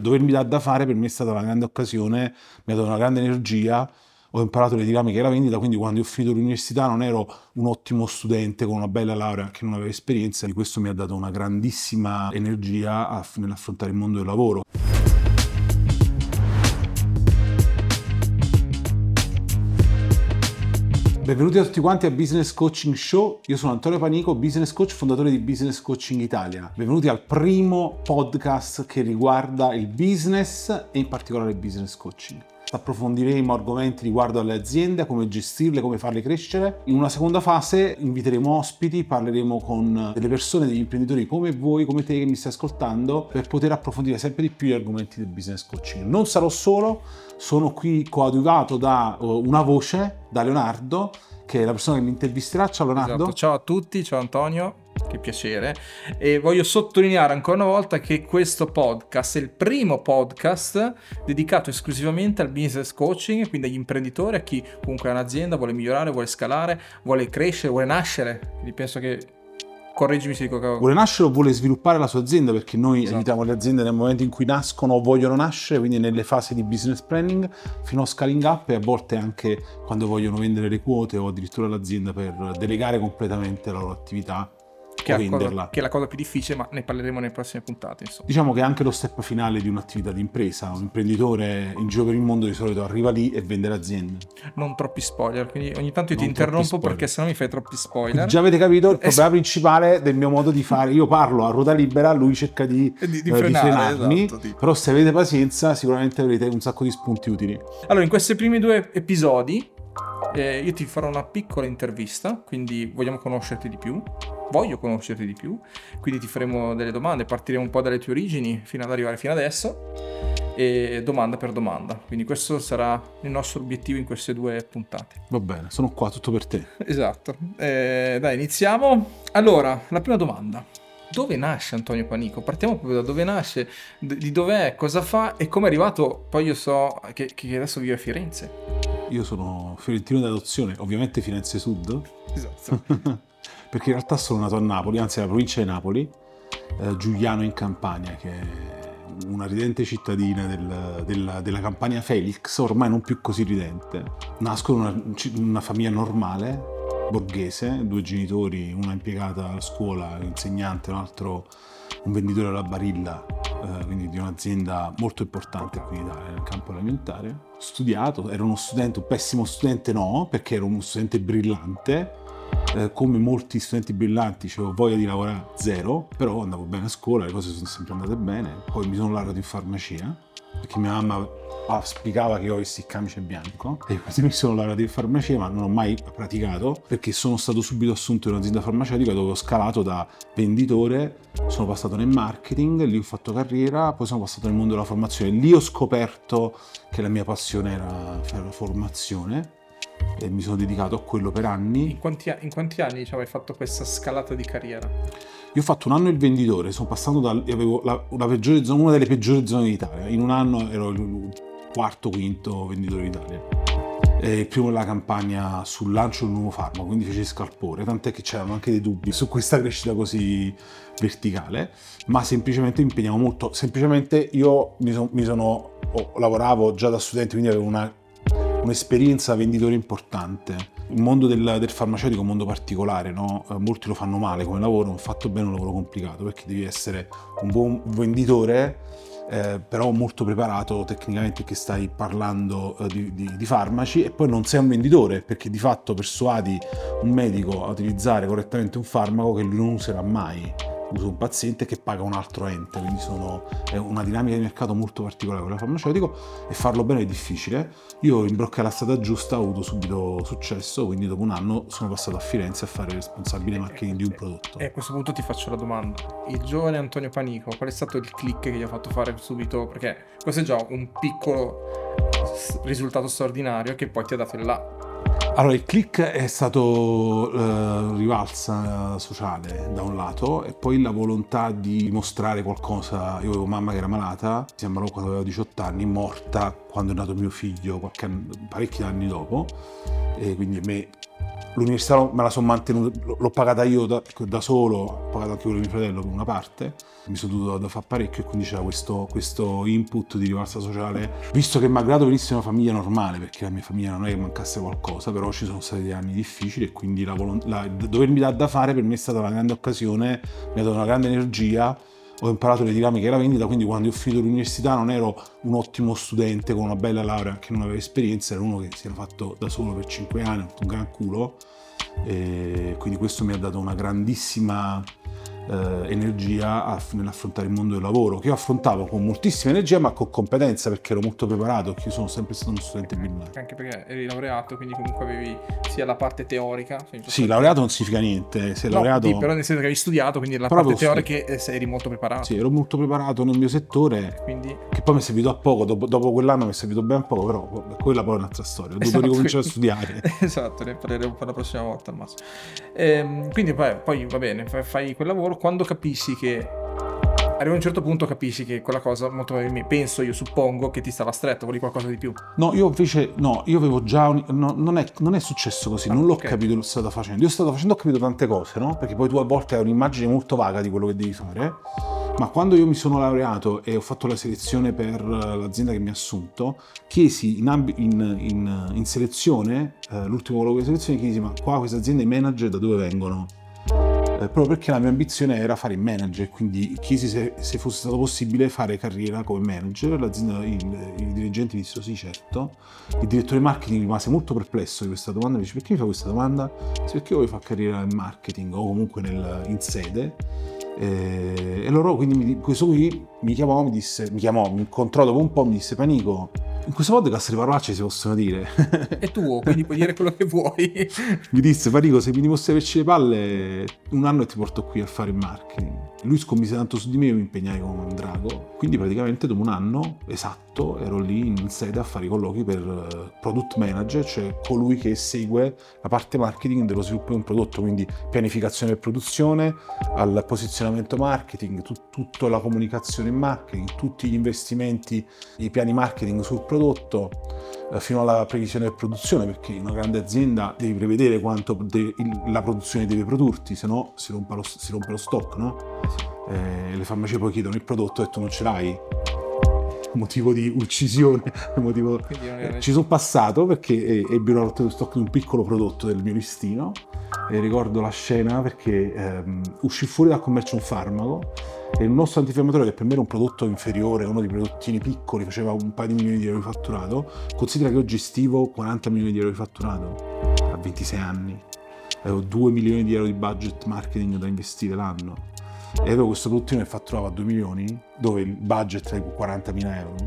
dovermi dare da fare per me è stata una grande occasione, mi ha dato una grande energia, ho imparato le dinamiche della vendita, quindi quando ho finito l'università non ero un ottimo studente con una bella laurea che non aveva esperienza, e questo mi ha dato una grandissima energia nell'affrontare il mondo del lavoro. Benvenuti a tutti quanti a Business Coaching Show, io sono Antonio Panico, business coach, fondatore di Business Coaching Italia. Benvenuti al primo podcast che riguarda il business e in particolare il business coaching. Approfondiremo argomenti riguardo alle aziende, come gestirle, come farle crescere. In una seconda fase inviteremo ospiti, parleremo con delle persone, degli imprenditori come voi, come te che mi stai ascoltando, per poter approfondire sempre di più gli argomenti del business coaching. Non sarò solo, sono qui coadiuvato da una voce, da Leonardo, che è la persona che mi intervisterà. Ciao Leonardo. Esatto. Ciao a tutti, ciao Antonio, che piacere. E voglio sottolineare ancora una volta che questo podcast è il primo podcast dedicato esclusivamente al business coaching, quindi agli imprenditori, a chi comunque ha un'azienda, vuole migliorare, vuole scalare, vuole crescere, vuole nascere. Quindi penso che, correggimi se dico che... vuole nascere o vuole sviluppare la sua azienda, perché noi Esatto. aiutiamo le aziende nel momento in cui nascono o vogliono nascere, quindi nelle fasi di business planning fino a scaling up, e a volte anche quando vogliono vendere le quote o addirittura l'azienda per delegare completamente la loro attività che o è venderla. Che è la cosa più difficile, ma ne parleremo nelle prossime puntate, insomma. Diciamo che è anche lo step finale di un'attività di impresa. Un imprenditore in giro per il mondo di solito arriva lì e vende l'azienda. Non troppi spoiler, quindi ogni tanto io ti Non troppi interrompo spoiler. perché sennò mi fai troppi spoiler. Quindi già avete capito il problema principale del mio modo di fare. Io parlo a ruota libera, lui cerca di frenarmi, esatto, tipo. Però se avete pazienza sicuramente avrete un sacco di spunti utili. Allora, in questi primi 2 episodi io ti farò una piccola intervista, quindi voglio conoscerti di più, quindi ti faremo delle domande, partiremo un po' dalle tue origini fino ad arrivare fino adesso, e domanda per domanda, quindi questo sarà il nostro obiettivo in queste 2 puntate. Va bene, sono qua, tutto per te. Esatto. Dai, iniziamo. Allora, la prima domanda: dove nasce Antonio Panico? Partiamo proprio da dove nasce, di dov'è, cosa fa e come è arrivato. Poi io so che adesso vive a Firenze. Io sono fiorentino d'adozione, ovviamente Firenze Sud, Esatto. perché in realtà sono nato a Napoli, anzi alla provincia di Napoli, Giugliano in Campania, che è una ridente cittadina della Campania Felix, ormai non più così ridente. Nasco in una famiglia normale, borghese, 2 genitori, una impiegata alla scuola, insegnante, un altro un venditore alla Barilla, quindi di un'azienda molto importante qui in Italia nel campo alimentare. Ho studiato, ero uno studente, un pessimo studente no, perché ero uno studente brillante, come molti studenti brillanti avevo voglia di lavorare zero, però andavo bene a scuola, le cose sono sempre andate bene. Poi mi sono laureato in farmacia, perché mia mamma spiegava che io avessi il camice bianco, e quindi mi sono laureato in farmacia, ma non ho mai praticato perché sono stato subito assunto in un'azienda farmaceutica dove ho scalato da venditore, sono passato nel marketing, lì ho fatto carriera, poi sono passato nel mondo della formazione, lì ho scoperto che la mia passione era fare la formazione e mi sono dedicato a quello per anni. In quanti anni, diciamo, hai fatto questa scalata di carriera? Io ho fatto un anno il venditore, sono passato avevo una delle peggiori zone d'Italia. In un anno ero il quarto, quinto venditore d'Italia. Il primo della campagna sul lancio di un nuovo farmaco, quindi feci scalpore, tant'è che c'erano anche dei dubbi su questa crescita così verticale, ma semplicemente mi impegnavo molto. Semplicemente io lavoravo già da studente, quindi avevo un'esperienza venditore importante. Il mondo del farmaceutico è un mondo particolare, no? Molti lo fanno male come lavoro, ma fatto bene è un lavoro complicato, perché devi essere un buon venditore, però molto preparato tecnicamente, che stai parlando di farmaci, e poi non sei un venditore, perché di fatto persuadi un medico a utilizzare correttamente un farmaco che lui non userà mai. Uso un paziente che paga un altro ente, quindi è una dinamica di mercato molto particolare quella farmaceutico, e farlo bene è difficile. Io imbroccai la strada giusta, ho avuto subito successo, quindi dopo un anno sono passato a Firenze a fare responsabile marketing di un prodotto. E a questo punto ti faccio la domanda: il giovane Antonio Panico, qual è stato il click che gli ha fatto fare subito? Perché questo è già un piccolo risultato straordinario che poi ti ha dato il là. Allora, il click è stato rivalsa sociale da un lato, e poi la volontà di mostrare qualcosa. Io avevo mamma che era malata, sembrava quando avevo 18 anni, morta quando è nato mio figlio, parecchi anni dopo, e quindi l'università me la sono mantenuta, l'ho pagata io da solo, ho pagato anche quello di mio fratello per una parte, mi sono dovuto fare parecchio e quindi c'era questo input di rivalsa sociale, visto che malgrado venissi da una famiglia normale, perché la mia famiglia non è che mancasse qualcosa, però ci sono stati degli anni difficili e quindi dovermi dare da fare per me è stata una grande occasione, mi ha dato una grande energia. Ho imparato le dinamiche della vendita, quindi quando ho finito l'università non ero un ottimo studente con una bella laurea che non aveva esperienza, ero uno che si era fatto da solo per 5 anni, ha fatto un gran culo, e quindi questo mi ha dato una grandissima energia nell'affrontare il mondo del lavoro, che io affrontavo con moltissima energia ma con competenza, perché ero molto preparato, perché io sono sempre stato uno studente brillante. Anche perché eri laureato, quindi comunque avevi sia la parte teorica. Sì, laureato non significa niente, sei laureato... Sì, però nel senso che avevi studiato, quindi la parte teorica eri molto preparato. Sì, ero molto preparato nel mio settore, quindi... che poi mi è servito a poco, dopo quell'anno mi è servito ben poco, però quella poi è un'altra storia, ho dovuto ricominciare a studiare. Esatto, ne parleremo per la prossima volta al massimo. Quindi poi va bene, fai quel lavoro, quando capissi che arriva a un certo punto capisci che quella cosa molto probabilmente, penso, io suppongo che ti stava stretto, volevi qualcosa di più. No, io avevo già non è successo così, non l'ho capito che stavo facendo. Io stavo facendo, ho capito tante cose, no? Perché poi tu a volte hai un'immagine molto vaga di quello che devi fare, ma quando io mi sono laureato e ho fatto la selezione per l'azienda che mi ha assunto, chiesi in selezione, l'ultimo colloquio di selezione, chiesi: ma qua questa azienda, i manager da dove vengono? Proprio perché la mia ambizione era fare il manager, quindi chiesi se fosse stato possibile fare carriera come manager. L'azienda, i dirigenti dissero sì, certo. Il direttore marketing rimase molto perplesso di questa domanda, mi dice: perché mi fa questa domanda? Perché io voglio fare carriera nel marketing o comunque in sede. E loro quindi questo qui mi incontrò dopo un po', mi disse: Panico, in questo podcast le parolacce si possono dire. È tuo, quindi puoi dire quello che vuoi. Mi disse: Panico, se mi dimostri averci le palle, un anno e ti porto qui a fare il marketing. Lui scommise tanto su di me, io mi impegnai come un drago. Quindi praticamente dopo un anno esatto ero lì in sede a fare i colloqui per product manager, cioè colui che segue la parte marketing dello sviluppo di un prodotto, quindi pianificazione e produzione, al posizionamento marketing, tutta la comunicazione in marketing, tutti gli investimenti, i piani marketing sul prodotto, fino alla previsione e produzione, perché in una grande azienda devi prevedere quanto la produzione deve produrti, se no si rompe lo stock, no? Le farmacie poi chiedono il prodotto e tu non ce l'hai, motivo di uccisione, ci sono passato perché ebbi una rotta di stock di un piccolo prodotto del mio listino e ricordo la scena perché uscì fuori dal commercio un farmaco e il nostro antinfiammatorio, che per me era un prodotto inferiore, uno dei prodottini piccoli, faceva un paio di milioni di euro di fatturato. Considera che oggi stivo 40 milioni di euro di fatturato a 26 anni, avevo 2 milioni di euro di budget marketing da investire l'anno e avevo questo prodottino che fatturava 2 milioni dove il budget era 40.000 euro,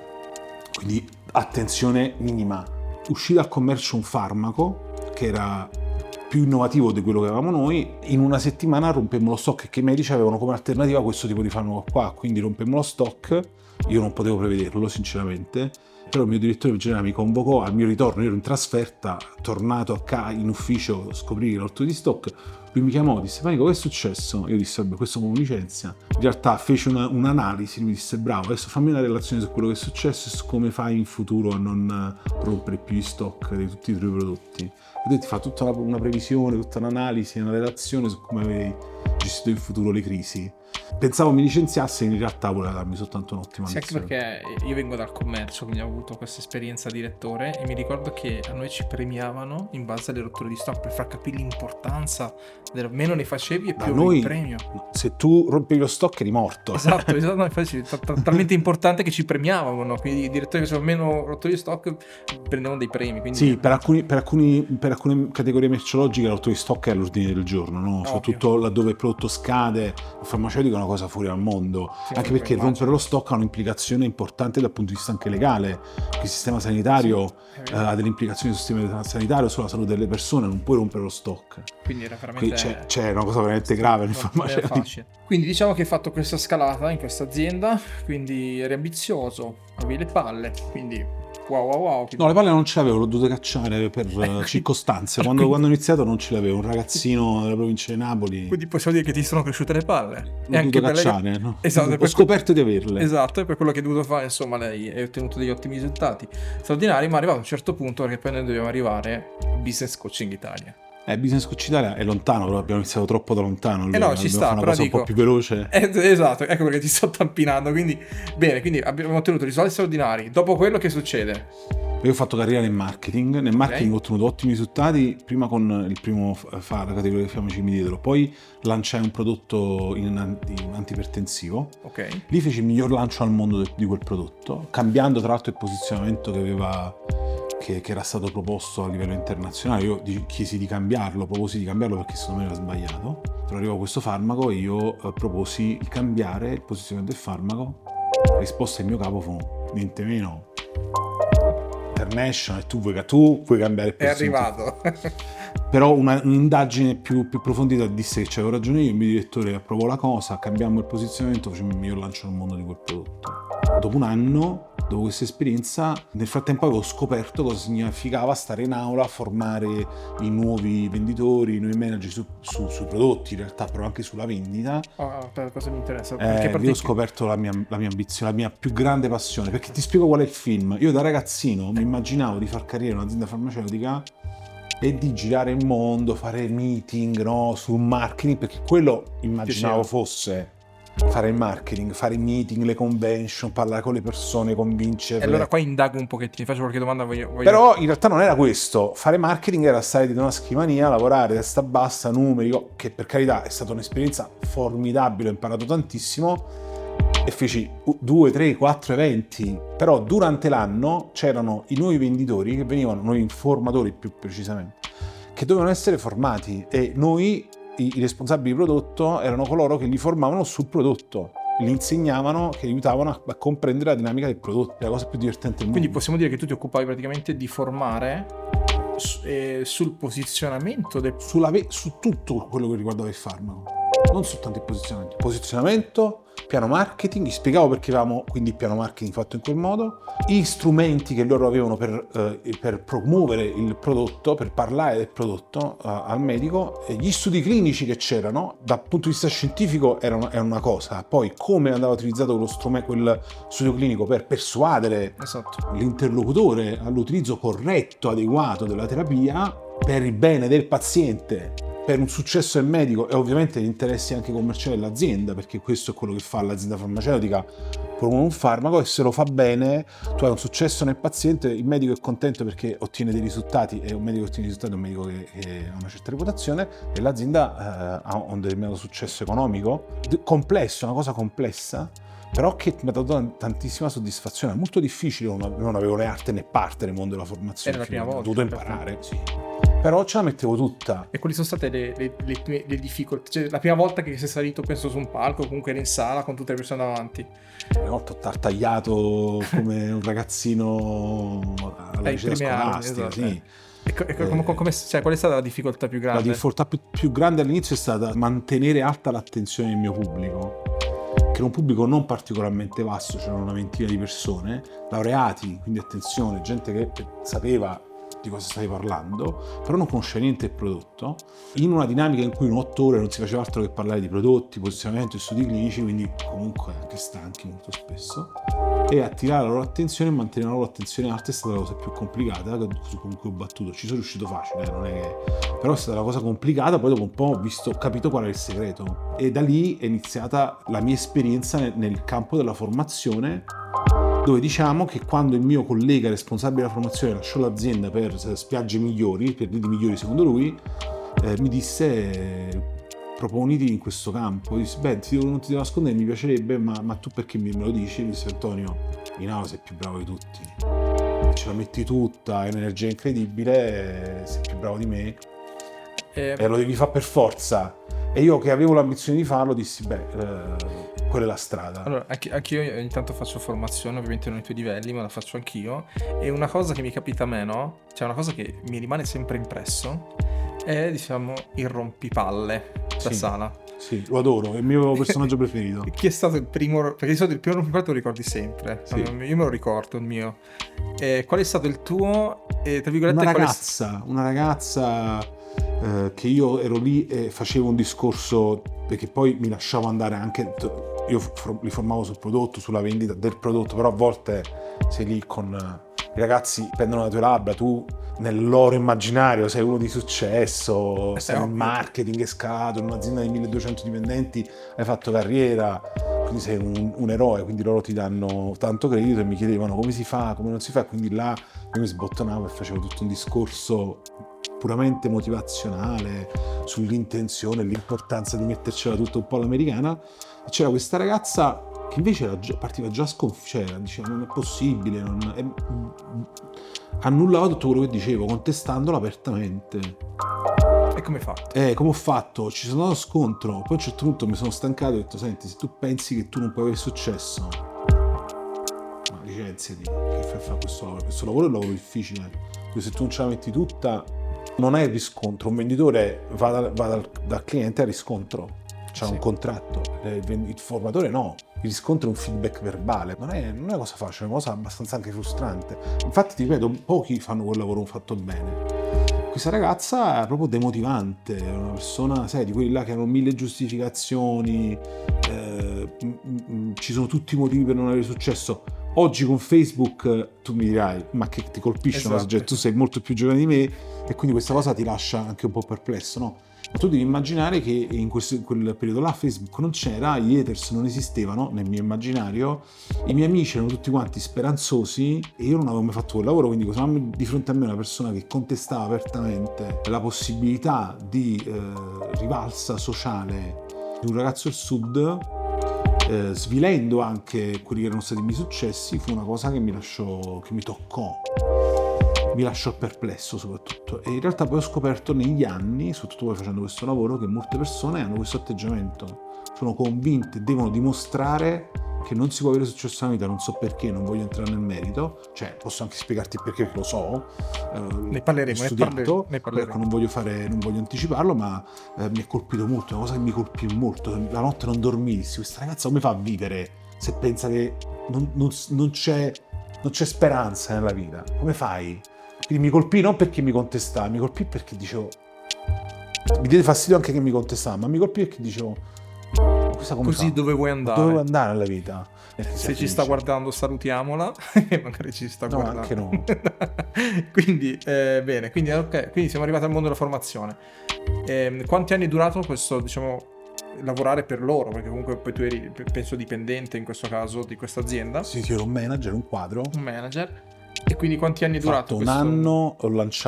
quindi attenzione minima. Uscì dal commercio un farmaco che era più innovativo di quello che avevamo noi, in una settimana rompemmo lo stock che i medici avevano come alternativa a questo tipo di farmaco qua, quindi rompemmo lo stock. Io non potevo prevederlo sinceramente, però il mio direttore generale mi convocò al mio ritorno, io ero in trasferta, tornato in ufficio, scoprì che ero rotto di stock. Lui mi chiamò, disse: Panico, che è successo? Io dissi: vabbè, questo come mi licenzia. In realtà fece un'analisi, mi disse: bravo, adesso fammi una relazione su quello che è successo e su come fai in futuro a non rompere più gli stock di tutti i tuoi prodotti. E lui ti fa tutta una previsione, tutta un'analisi, una relazione su come avevi gestito in futuro le crisi. Pensavo mi licenziasse, in realtà voleva darmi soltanto un'ottima lezione. Sì, anche perché io vengo dal commercio, quindi ho avuto questa esperienza direttore e mi ricordo che a noi ci premiavano in base alle rotture di stock per far capire l'importanza meno ne facevi e più avevi il premio. Se tu rompevi lo stock eri morto. Esatto, no, infatti talmente importante che ci premiavano, quindi i direttori che facevano meno rotture di stock prendevano dei premi. Quindi... Sì, per alcune categorie merceologiche la rottura di stock è all'ordine del giorno, no? Soprattutto laddove il prodotto scade, il farmaceutico è una cosa fuori al mondo, sì, anche perché rompere lo stock ha un'implicazione importante dal punto di vista anche legale, perché il sistema sanitario ha delle implicazioni sul sistema sanitario, sulla salute delle persone, non puoi rompere lo stock. Quindi era veramente... C'è una cosa veramente grave nel farmaceutico. Quindi diciamo che hai fatto questa scalata in questa azienda, quindi eri ambizioso, avevi le palle, quindi wow. No, le palle non ce l'avevo, l'ho dovuto cacciare per circostanze. Quando ho iniziato non ce l'avevo, un ragazzino della provincia di Napoli. Quindi possiamo dire che ti sono cresciute le palle. L'ho dovuto cacciare, no? Esatto, ho scoperto di averle. Esatto, e per quello che hai dovuto fare, insomma, lei ha ottenuto degli ottimi risultati straordinari, ma è arrivato a un certo punto, perché poi noi dobbiamo arrivare al Business Coaching Italia. Business Coach Italia è lontano, però abbiamo iniziato troppo da lontano. Allora, no, ci sta, una però cosa dico, un po' più veloce. Esatto, ecco perché ti sto tampinando. Quindi, bene, quindi abbiamo ottenuto risultati straordinari. Dopo quello che succede? Io ho fatto carriera nel marketing. Nel marketing ho ottenuto ottimi risultati, prima con il primo la categoria Fiammaci mi dietro, poi lanciai un prodotto in antipertensivo. Ok. Lì feci il miglior lancio al mondo di quel prodotto, cambiando tra l'altro il posizionamento che aveva, che era stato proposto a livello internazionale. Io proposi di cambiarlo perché secondo me era sbagliato. Però arrivò questo farmaco e io proposi di cambiare il posizionamento del farmaco. La risposta del mio capo fu niente meno international, e tu vuoi cambiare il posizionamento. È arrivato. Però un'indagine più approfondita disse che c'avevo ragione io, il mio direttore approvò la cosa, cambiammo il posizionamento, facemmo il miglior lancio al mondo di quel prodotto. Dopo un anno, dopo questa esperienza, nel frattempo avevo scoperto cosa significava stare in aula a formare i nuovi venditori, i nuovi manager sui prodotti, in realtà, però anche sulla vendita. Cosa mi interessa? Io ho scoperto la mia ambizione, la mia più grande passione, perché ti spiego qual è il film. Io da ragazzino mi immaginavo di far carriera in un'azienda farmaceutica e di girare il mondo, fare meeting, no, sul marketing, perché quello immaginavo fosse fare il marketing, fare i meeting, le convention, parlare con le persone, convincerle. E allora qua indago un pochettino, ti faccio qualche domanda. Però in realtà non era questo. Fare marketing era stare dietro una scrivania, lavorare testa bassa, numeri, che per carità è stata un'esperienza formidabile, ho imparato tantissimo e feci 2, 3, 4 eventi. Però durante l'anno c'erano i nuovi venditori che venivano, nuovi informatori più precisamente, che dovevano essere formati, e noi, i responsabili di prodotto, erano coloro che li formavano sul prodotto, li insegnavano, che aiutavano a comprendere la dinamica del prodotto. È la cosa più divertente del mondo. Quindi possiamo dire che tu ti occupavi praticamente di formare sul posizionamento su tutto quello che riguardava il farmaco, non soltanto il posizionamento, piano marketing, gli spiegavo perché avevamo quindi il piano marketing fatto in quel modo, gli strumenti che loro avevano per promuovere il prodotto, per parlare del prodotto al medico, e gli studi clinici che c'erano dal punto di vista scientifico erano una cosa, poi come andava utilizzato quel studio clinico per persuadere l'interlocutore all'utilizzo corretto, adeguato della terapia per il bene del paziente, per un successo del medico e ovviamente gli interessi anche commerciali dell'azienda, perché questo è quello che fa l'azienda farmaceutica, promuove un farmaco e se lo fa bene tu hai un successo nel paziente, il medico è contento perché ottiene dei risultati, e un medico che ottiene risultati è un medico che ha una certa reputazione, e l'azienda ha un determinato successo economico complesso, una cosa complessa, però che mi ha dato tantissima soddisfazione. È molto difficile, non avevo né arte né parte nel mondo della formazione, era la prima volta, ho dovuto imparare, sì. Però ce la mettevo tutta. E quali sono state le difficoltà? Cioè, la prima volta che sei salito, penso, su un palco, comunque eri in sala con tutte le persone davanti. Una volta ho tartagliato come un ragazzino alla licea scolastica, sì. Qual è stata la difficoltà più grande? La difficoltà più grande all'inizio è stata mantenere alta l'attenzione del mio pubblico, che era un pubblico non particolarmente vasto, c'erano una ventina di persone, laureati, quindi attenzione, gente che sapeva di cosa stavi parlando, però non conosceva niente del prodotto, in una dinamica in cui in 8 ore non si faceva altro che parlare di prodotti, posizionamento e studi clinici, quindi comunque anche stanchi molto spesso, e attirare la loro attenzione e mantenere la loro attenzione alta è stata la cosa più complicata su cui ho battuto. Ci sono riuscito facile, non è che... però è stata la cosa complicata. Poi dopo un po' ho capito qual è il segreto, e da lì è iniziata la mia esperienza nel campo della formazione, dove diciamo che quando il mio collega responsabile della formazione lasciò l'azienda per spiagge migliori, per lidi migliori secondo lui, mi disse proponiti in questo campo. Dissi, non ti devo nascondere, mi piacerebbe, ma tu perché me lo dici? Mi disse, Antonio, in aula sei più bravo di tutti, ce la metti tutta, hai un'energia incredibile, sei più bravo di me e lo devi fare per forza. E io, che avevo l'ambizione di farlo, dissi quella è la strada. Allora, anch'io ogni tanto faccio formazione, ovviamente non ai tuoi livelli, ma la faccio anch'io, e una cosa che mi capita a me, no? Cioè una cosa che mi rimane sempre impresso è, diciamo, il rompipalle da sala. Sì, lo adoro, è il mio personaggio preferito. Chi è stato il primo? Perché di solito il primo preparato lo ricordi sempre. Sì. Io me lo ricordo il mio. Qual è stato il tuo? Tra virgolette, Una ragazza che io ero lì e facevo un discorso, perché poi mi lasciavo andare anche, io li formavo sul prodotto, sulla vendita del prodotto, però a volte sei lì con i ragazzi, prendono le tue labbra, tu nel loro immaginario sei uno di successo, sei nel marketing, è scalato in un'azienda di 1200 dipendenti, hai fatto carriera, quindi sei un eroe, quindi loro ti danno tanto credito e mi chiedevano come si fa, come non si fa, quindi là io mi sbottonavo e facevo tutto un discorso puramente motivazionale sull'intenzione, l'importanza di mettercela tutto un po' all'americana, e c'era questa ragazza che invece partiva già sconfitta, diceva non è possibile, annullava tutto quello che dicevo contestandolo apertamente. E come hai fatto? Come ho fatto? Ci sono andato scontro, poi a un certo punto mi sono stancato e ho detto senti, se tu pensi che tu non puoi avere successo, ma licenziati, che fai a fare questo lavoro è un lavoro difficile, quindi se tu non ce la metti tutta non è il riscontro, un venditore va dal cliente al riscontro, c'ha un contratto, il formatore no, il riscontro è un feedback verbale, non è una cosa facile, è una cosa abbastanza anche frustrante, infatti ti ripeto, pochi fanno quel lavoro fatto bene. Questa ragazza è proprio demotivante, è una persona, sai, di quelli là che hanno 1000 giustificazioni, ci sono tutti i motivi per non avere successo. Oggi con Facebook tu mi dirai, ma che ti colpisce, esatto. Cioè, tu sei molto più giovane di me e quindi questa cosa ti lascia anche un po' perplesso, no? Ma tu devi immaginare che in quel periodo là Facebook non c'era, gli haters non esistevano nel mio immaginario, i miei amici erano tutti quanti speranzosi e io non avevo mai fatto quel lavoro, quindi di fronte a me una persona che contestava apertamente la possibilità di rivalsa sociale di un ragazzo del sud, svilendo anche quelli che erano stati i miei successi, fu una cosa che mi toccò, mi lasciò perplesso soprattutto. E in realtà poi ho scoperto negli anni, soprattutto poi facendo questo lavoro, che molte persone hanno questo atteggiamento, sono convinte, devono dimostrare che non si può avere successo nella vita, non so perché, non voglio entrare nel merito, cioè posso anche spiegarti perché, lo so, ne parleremo, ne parleremo. Ecco, non voglio anticiparlo, ma mi è colpito molto, è una cosa che mi colpì molto, la notte non dormissi, questa ragazza come fa a vivere se pensa che non c'è speranza nella vita, come fai? Quindi mi colpì non perché mi contestava, mi colpì perché dicevo, mi diede fastidio anche che mi contestava, ma mi colpì perché dicevo, così dove vuoi andare? Dove vuoi andare nella vita? Se ci sta guardando salutiamola, magari ci sta guardando. Anche no. Quindi bene, quindi siamo arrivati al mondo della formazione. Quanti anni è durato questo, diciamo, lavorare per loro? Perché comunque poi tu eri, penso, dipendente in questo caso di questa azienda. Sì, ero un manager, un quadro. Un manager. E quindi quanti anni è durato? Un anno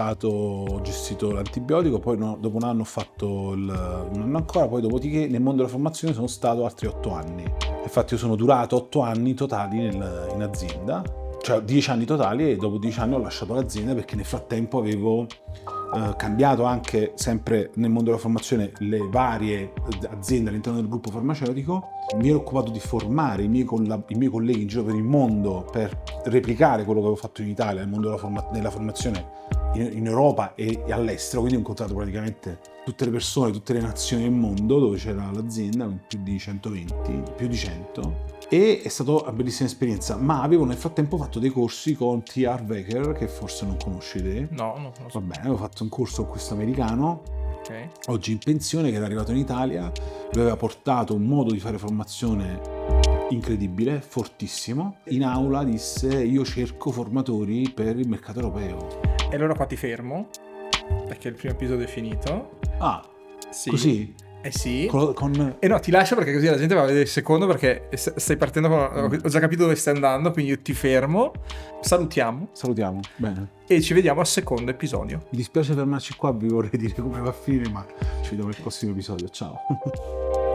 ho gestito l'antibiotico, poi dopo un anno ho fatto un anno ancora, poi dopodiché nel mondo della formazione sono stato altri 8 anni. Infatti io sono durato 8 anni totali in azienda, cioè 10 anni totali, e dopo 10 anni ho lasciato l'azienda perché nel frattempo avevo cambiato anche sempre nel mondo della formazione le varie aziende all'interno del gruppo farmaceutico. Mi ero occupato di formare i miei colleghi in giro per il mondo per replicare quello che avevo fatto in Italia nel mondo della formazione in Europa e all'estero, quindi ho incontrato praticamente tutte le persone, tutte le nazioni del mondo dove c'era l'azienda, più di 120, più di 100, e è stata una bellissima esperienza, ma avevo nel frattempo fatto dei corsi con T.R. Becker, che forse non conoscete. No, non conosco. Va bene, avevo fatto un corso con questo americano, okay, oggi in pensione, che era arrivato in Italia, lui aveva portato un modo di fare formazione incredibile, fortissimo. In aula disse: io cerco formatori per il mercato europeo. E allora qua ti fermo, perché il primo episodio è finito. Ah, sì. Così? Eh sì. E no, ti lascio perché così la gente va a vedere il secondo, perché stai partendo ho già capito dove stai andando, quindi io ti fermo. Salutiamo, bene, e ci vediamo al secondo episodio. Mi dispiace fermarci qua, vi vorrei dire come va a finire, ma ci vediamo nel prossimo episodio. Ciao.